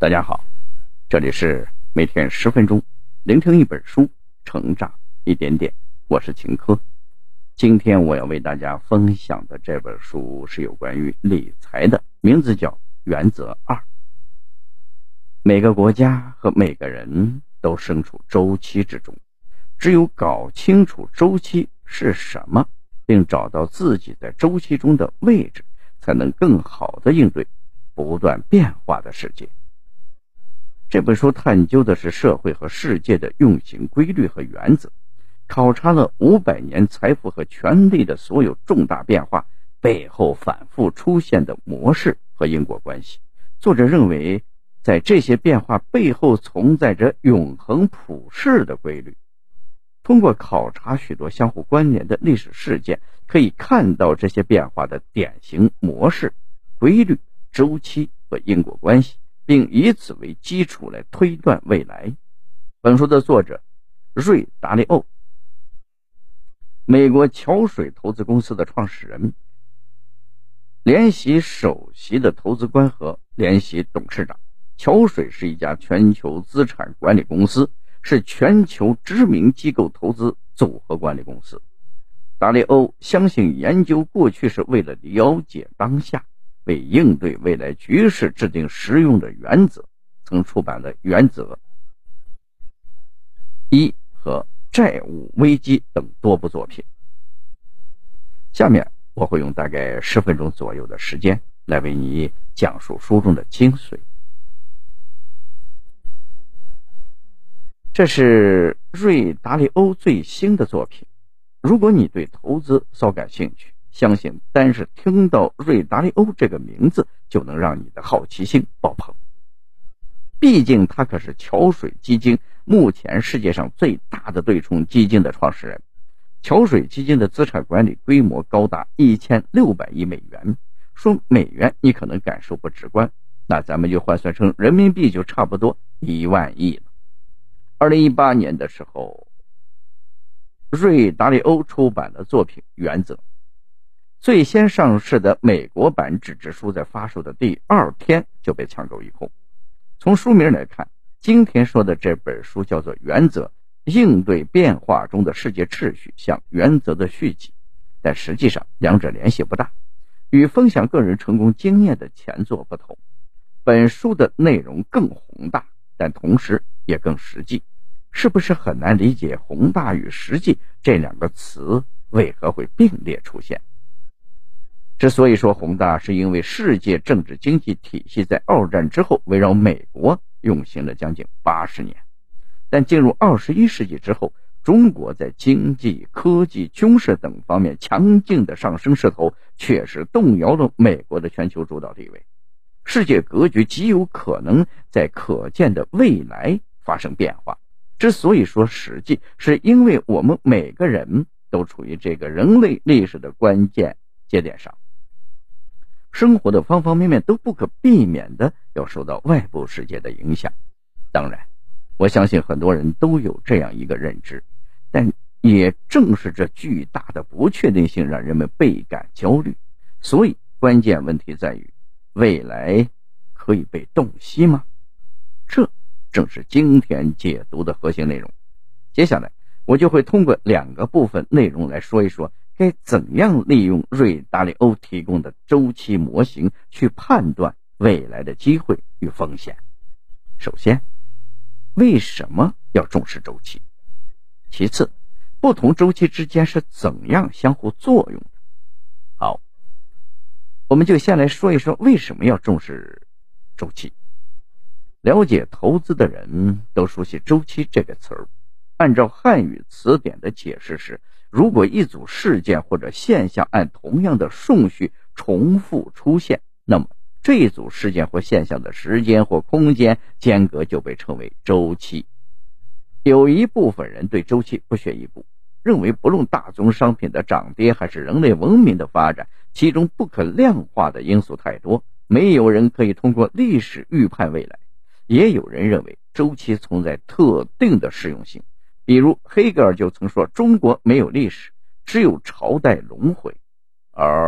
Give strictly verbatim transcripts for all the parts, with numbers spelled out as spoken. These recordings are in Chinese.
大家好，这里是每天十分钟聆听一本书，成长一点点，我是秦科。今天我要为大家分享的这本书是有关于理财的，名字叫《原则二》。每个国家和每个人都身处周期之中，只有搞清楚周期是什么，并找到自己在周期中的位置，才能更好地应对不断变化的世界。这本书探究的是社会和世界的运行规律和原则，考察了五百年财富和权力的所有重大变化背后反复出现的模式和因果关系。作者认为，在这些变化背后存在着永恒普世的规律。通过考察许多相互关联的历史事件，可以看到这些变化的典型模式、规律、周期和因果关系，并以此为基础来推断未来。本书的作者瑞达利欧，美国桥水投资公司的创始人，联席首席的投资官和联席董事长。桥水是一家全球资产管理公司，是全球知名机构投资组合管理公司。达利欧相信研究过去是为了了解当下，为应对未来局势制定实用的原则，曾出版了《原则一》和《债务危机》等多部作品。下面我会用大概十分钟左右的时间来为你讲述书中的精髓。这是瑞达利欧最新的作品，如果你对投资稍感兴趣，相信单是听到瑞达利欧这个名字就能让你的好奇心爆棚。毕竟他可是桥水基金目前世界上最大的对冲基金的创始人。桥水基金的资产管理规模高达一千六百亿美元，说美元你可能感受不直观，那咱们就换算成人民币就差不多一万亿了。二零一八年的时候，瑞达利欧出版了作品《原则》。最先上市的美国版纸质书在发售的第二天就被抢购一空。从书名来看，今天说的这本书叫做《原则》，应对变化中的世界秩序，像原则的续集，但实际上两者联系不大。与分享个人成功经验的前作不同，本书的内容更宏大，但同时也更实际。是不是很难理解宏大与实际这两个词为何会并列出现？之所以说宏大，是因为世界政治经济体系在二战之后围绕美国运行了将近八十年，但进入二十一世纪之后，中国在经济、科技、军事等方面强劲的上升势头确实动摇了美国的全球主导地位，世界格局极有可能在可见的未来发生变化。之所以说实际，是因为我们每个人都处于这个人类历史的关键节点上，生活的方方面面都不可避免的要受到外部世界的影响。当然，我相信很多人都有这样一个认知，但也正是这巨大的不确定性让人们倍感焦虑。所以关键问题在于，未来可以被洞悉吗？这正是今天解读的核心内容。接下来我就会通过两个部分内容来说一说该怎样利用瑞达利欧提供的周期模型去判断未来的机会与风险。首先，为什么要重视周期？其次，不同周期之间是怎样相互作用的？好，我们就先来说一说为什么要重视周期。了解投资的人都熟悉周期这个词儿。按照汉语词典的解释是，如果一组事件或者现象按同样的顺序重复出现，那么这一组事件或现象的时间或空间间隔就被称为周期。有一部分人对周期不屑一顾，认为不论大宗商品的涨跌还是人类文明的发展，其中不可量化的因素太多，没有人可以通过历史预判未来。也有人认为周期存在特定的适用性，比如黑格尔就曾说中国没有历史，只有朝代轮回。而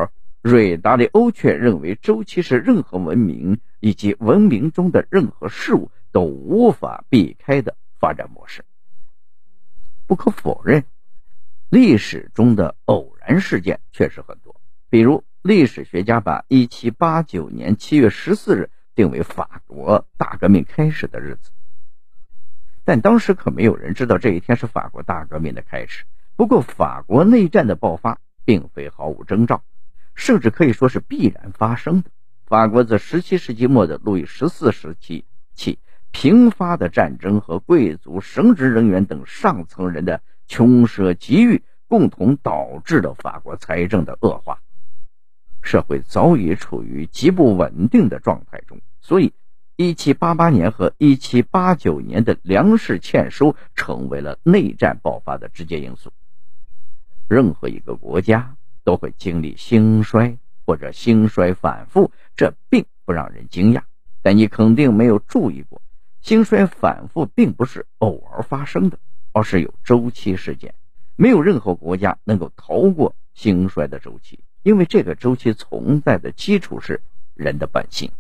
瑞达利欧却认为周期是任何文明以及文明中的任何事物都无法避开的发展模式。不可否认，历史中的偶然事件确实很多，比如历史学家把一七八九年七月十四日定为法国大革命开始的日子，但当时可没有人知道这一天是法国大革命的开始。不过法国内战的爆发并非毫无征兆，甚至可以说是必然发生的。法国自十七世纪末的路易十四时期起频发的战争和贵族、神职人员等上层人的穷奢极欲共同导致了法国财政的恶化，社会早已处于极不稳定的状态中，所以一七八八年和一七八九年的粮食欠收成为了内战爆发的直接因素。任何一个国家都会经历兴衰或者兴衰反复，这并不让人惊讶，但你肯定没有注意过，兴衰反复并不是偶尔发生的，而是有周期事件。没有任何国家能够逃过兴衰的周期，因为这个周期存在的基础是人的本性。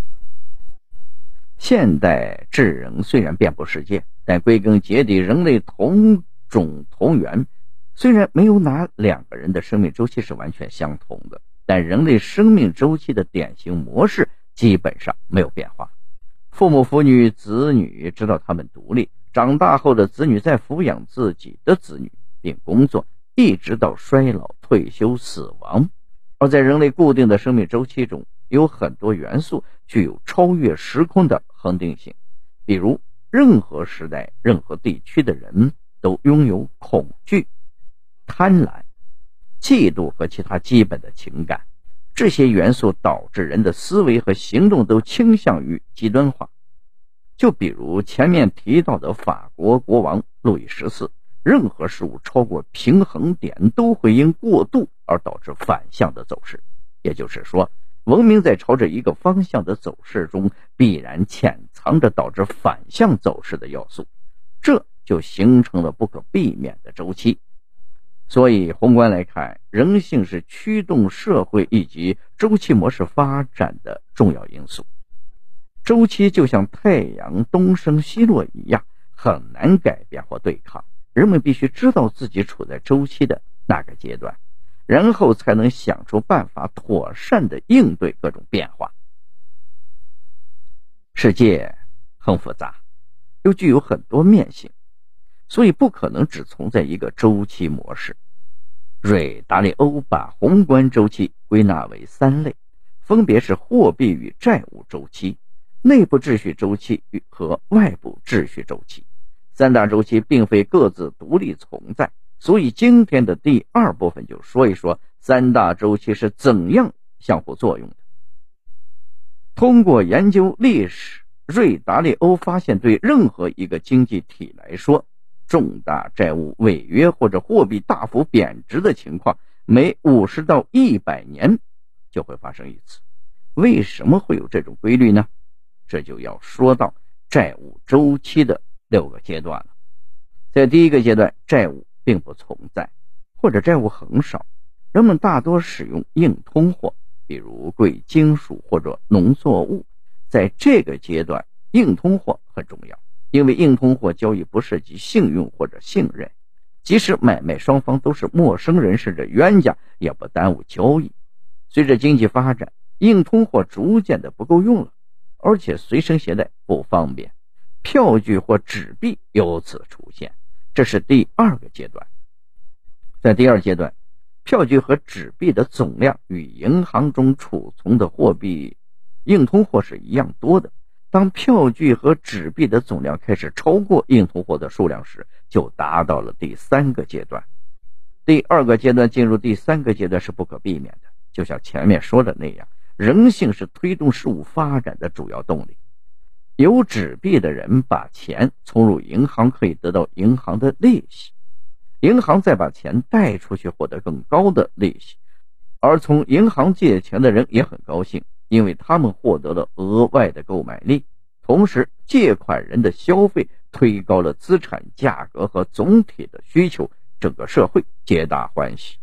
现代智人虽然遍布世界，但归根结底人类同种同源，虽然没有哪两个人的生命周期是完全相同的，但人类生命周期的典型模式基本上没有变化。父母抚育子女直到他们独立，长大后的子女再抚养自己的子女并工作，一直到衰老、退休、死亡。而在人类固定的生命周期中，有很多元素具有超越时空的恒定性，比如任何时代、任何地区的人都拥有恐惧、贪婪、嫉妒和其他基本的情感。这些元素导致人的思维和行动都倾向于极端化。就比如前面提到的法国国王路易十四，任何事物超过平衡点都会因过度而导致反向的走势。也就是说，文明在朝着一个方向的走势中，必然潜藏着导致反向走势的要素，这就形成了不可避免的周期。所以宏观来看，人性是驱动社会以及周期模式发展的重要因素。周期就像太阳东升西落一样，很难改变或对抗。人们必须知道自己处在周期的那个阶段，然后才能想出办法妥善地应对各种变化。世界很复杂，又具有很多面性，所以不可能只存在一个周期模式。瑞达利欧把宏观周期归纳为三类，分别是货币与债务周期、内部秩序周期和外部秩序周期。三大周期并非各自独立存在，所以今天的第二部分就说一说三大周期是怎样相互作用的。通过研究历史，瑞达利欧发现，对任何一个经济体来说，重大债务违约或者货币大幅贬值的情况，每五十到一百年就会发生一次。为什么会有这种规律呢？这就要说到债务周期的六个阶段了。在第一个阶段，债务并不存在，或者债务很少，人们大多使用硬通货，比如贵金属或者农作物。在这个阶段，硬通货很重要，因为硬通货交易不涉及信用或者信任，即使买卖双方都是陌生人甚至冤家，也不耽误交易。随着经济发展，硬通货逐渐的不够用了，而且随身携带不方便，票据或纸币由此出现，这是第二个阶段。在第二阶段，票据和纸币的总量与银行中储存的货币硬通货是一样多的。当票据和纸币的总量开始超过硬通货的数量时，就达到了第三个阶段。第二个阶段进入第三个阶段是不可避免的，就像前面说的那样，人性是推动事物发展的主要动力。有纸币的人把钱存入银行，可以得到银行的利息，银行再把钱贷出去，获得更高的利息。而从银行借钱的人也很高兴，因为他们获得了额外的购买力，同时借款人的消费推高了资产价格和总体的需求，整个社会皆大欢喜。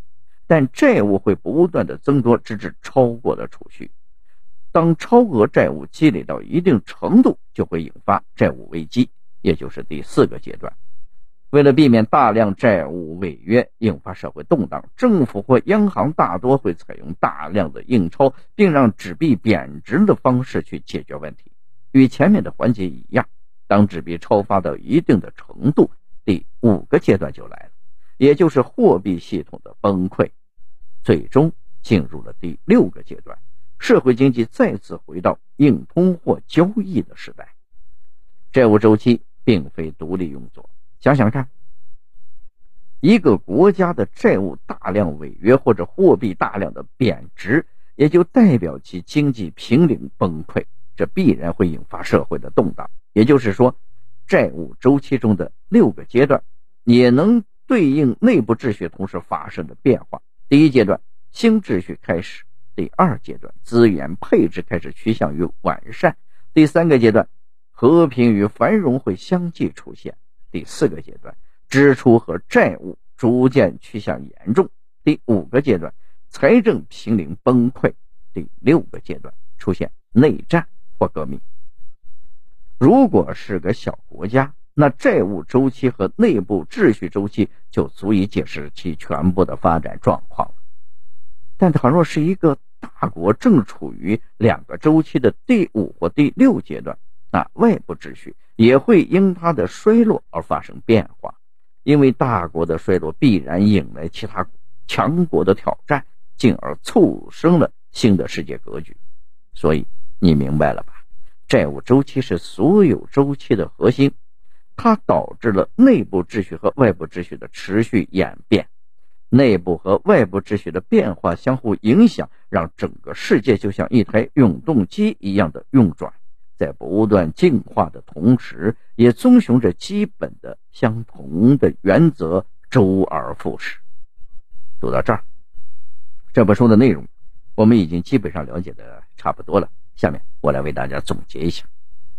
但债务会不断的增多，直至超过了储蓄。当超额债务积累到一定程度，就会引发债务危机，也就是第四个阶段。为了避免大量债务违约引发社会动荡，政府或央行大多会采用大量的印钞，并让纸币贬值的方式去解决问题。与前面的环节一样，当纸币超发到一定的程度，第五个阶段就来了，也就是货币系统的崩溃，最终进入了第六个阶段，社会经济再次回到硬通货交易的时代。债务周期并非独立运作，想想看，一个国家的债务大量违约或者货币大量的贬值，也就代表其经济濒临崩溃，这必然会引发社会的动荡。也就是说，债务周期中的六个阶段也能对应内部秩序同时发生的变化。第一阶段，新秩序开始；第二阶段，资源配置开始趋向于完善；第三个阶段，和平与繁荣会相继出现；第四个阶段，支出和债务逐渐趋向严重；第五个阶段，财政濒临崩溃；第六个阶段，出现内战或革命。如果是个小国家，那债务周期和内部秩序周期就足以解释其全部的发展状况了。但倘若是一个大国正处于两个周期的第五或第六阶段，那外部秩序也会因它的衰落而发生变化，因为大国的衰落必然引来其他强国的挑战，进而促生了新的世界格局。所以你明白了吧？债务周期是所有周期的核心，它导致了内部秩序和外部秩序的持续演变。内部和外部秩序的变化相互影响，让整个世界就像一台永动机一样的运转，在不断进化的同时，也遵循着基本的相同的原则，周而复始。读到这儿，这本书的内容我们已经基本上了解的差不多了。下面我来为大家总结一下。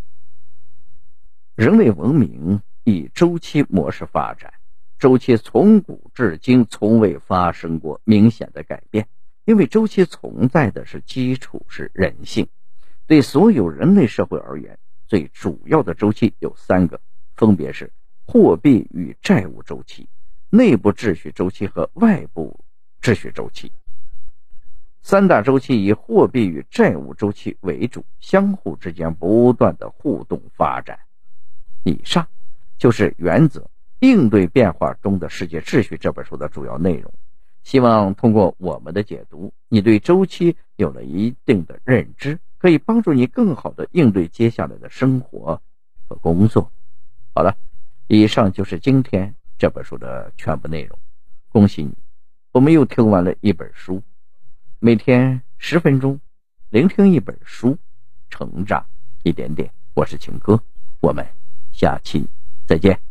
人类文明以周期模式发展，周期从古至今从未发生过明显的改变，因为周期存在的是基础是人性。对所有人类社会而言，最主要的周期有三个，分别是货币与债务周期、内部秩序周期和外部秩序周期。三大周期以货币与债务周期为主，相互之间不断的互动发展。以上就是《原则：应对变化中的世界秩序》这本书的主要内容。希望通过我们的解读，你对周期有了一定的认知，可以帮助你更好的应对接下来的生活和工作。好了，以上就是今天这本书的全部内容。恭喜你，我们又听完了一本书。每天十分钟，聆听一本书，成长一点点。我是秦哥，我们下期再见。